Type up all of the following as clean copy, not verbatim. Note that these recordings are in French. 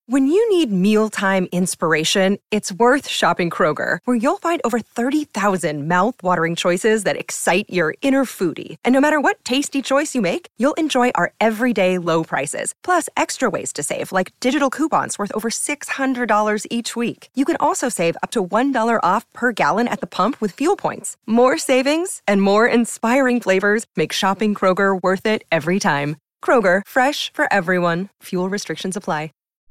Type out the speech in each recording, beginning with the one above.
When you need mealtime inspiration, it's worth shopping Kroger, where you'll find over 30,000 mouth-watering choices that excite your inner foodie. And no matter what tasty choice you make, you'll enjoy our everyday low prices, plus extra ways to save, like digital coupons worth over $600 each week. You can also save up to $1 off per gallon at the pump with fuel points. More savings and more inspiring flavors make shopping Kroger worth it every time. Kroger, fresh for everyone. Fuel restrictions apply.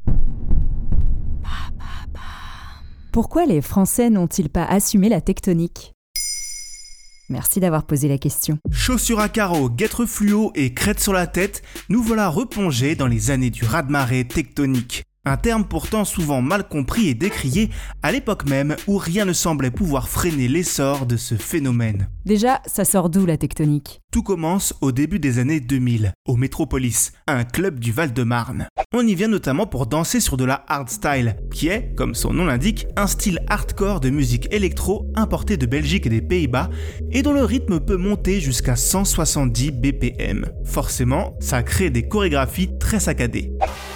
Pourquoi les Français n'ont-ils pas assumé la tectonique ? Merci d'avoir posé la question. Chaussures à carreaux, guêtres fluo et crête sur la tête, nous voilà replongés dans les années du raz-de-marée tectonique. Un terme pourtant souvent mal compris et décrié à l'époque même où rien ne semblait pouvoir freiner l'essor de ce phénomène. Déjà, ça sort d'où la tectonique ? Tout commence au début des années 2000, au Métropolis, un club du Val-de-Marne. On y vient notamment pour danser sur de la hardstyle, qui est, comme son nom l'indique, un style hardcore de musique électro importé de Belgique et des Pays-Bas et dont le rythme peut monter jusqu'à 170 BPM. Forcément, ça crée des chorégraphies très saccadées.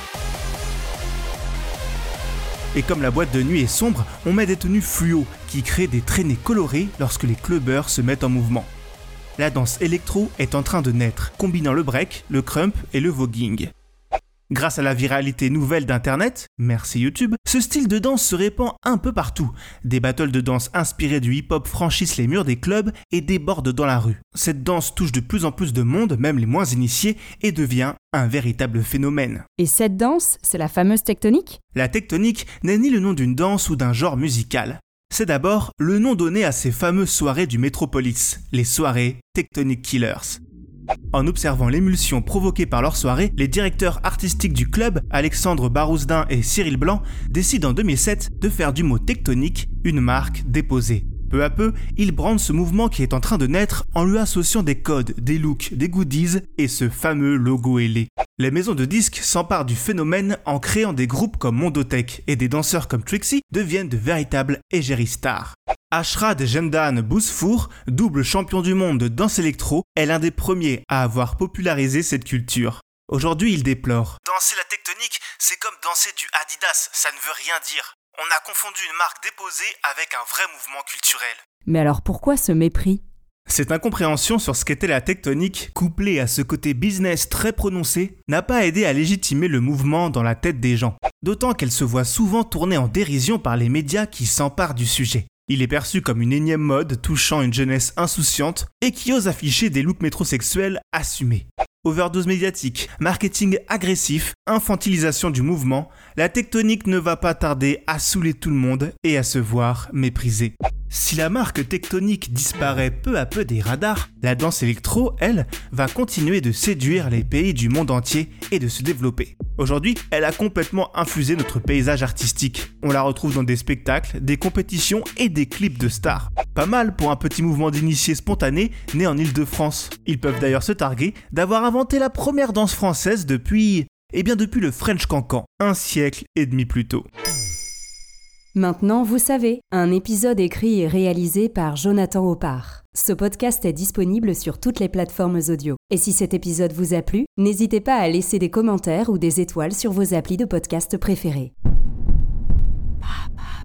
Et comme la boîte de nuit est sombre, on met des tenues fluo qui créent des traînées colorées lorsque les clubbers se mettent en mouvement. La danse électro est en train de naître, combinant le break, le crump et le voguing. Grâce à la viralité nouvelle d'Internet, merci YouTube, ce style de danse se répand un peu partout. Des battles de danse inspirés du hip-hop franchissent les murs des clubs et débordent dans la rue. Cette danse touche de plus en plus de monde, même les moins initiés, et devient un véritable phénomène. Et cette danse, c'est la fameuse tectonique ? La tectonique n'est ni le nom d'une danse ou d'un genre musical. C'est d'abord le nom donné à ces fameuses soirées du Métropolis, les soirées Tectonic Killers. En observant l'émulsion provoquée par leur soirée, les directeurs artistiques du club, Alexandre Barousdin et Cyril Blanc, décident en 2007 de faire du mot tectonique une marque déposée. Peu à peu, ils brandent ce mouvement qui est en train de naître en lui associant des codes, des looks, des goodies et ce fameux logo ailé. Les maisons de disques s'emparent du phénomène en créant des groupes comme Mondotech et des danseurs comme Trixie deviennent de véritables égérie stars. Ashrad Jemdan Bousfour, double champion du monde de danse électro, est l'un des premiers à avoir popularisé cette culture. Aujourd'hui, il déplore. Danser la tectonique, c'est comme danser du Adidas, ça ne veut rien dire. On a confondu une marque déposée avec un vrai mouvement culturel. Mais alors pourquoi ce mépris ? Cette incompréhension sur ce qu'était la tectonique, couplée à ce côté business très prononcé, n'a pas aidé à légitimer le mouvement dans la tête des gens. D'autant qu'elle se voit souvent tournée en dérision par les médias qui s'emparent du sujet. Il est perçu comme une énième mode touchant une jeunesse insouciante et qui ose afficher des looks métrosexuels assumés. Overdose médiatique, marketing agressif, infantilisation du mouvement, la tectonique ne va pas tarder à saouler tout le monde et à se voir méprisée. Si la marque tectonique disparaît peu à peu des radars, la danse électro, elle, va continuer de séduire les pays du monde entier et de se développer. Aujourd'hui, elle a complètement infusé notre paysage artistique. On la retrouve dans des spectacles, des compétitions et des clips de stars. Pas mal pour un petit mouvement d'initiés spontanés né en Île-de-France. Ils peuvent d'ailleurs se targuer d'avoir inventé la première danse française depuis le French Cancan, un siècle et demi plus tôt. Maintenant, vous savez, un épisode écrit et réalisé par Jonathan Oppard. Ce podcast est disponible sur toutes les plateformes audio. Et si cet épisode vous a plu, n'hésitez pas à laisser des commentaires ou des étoiles sur vos applis de podcast préférés.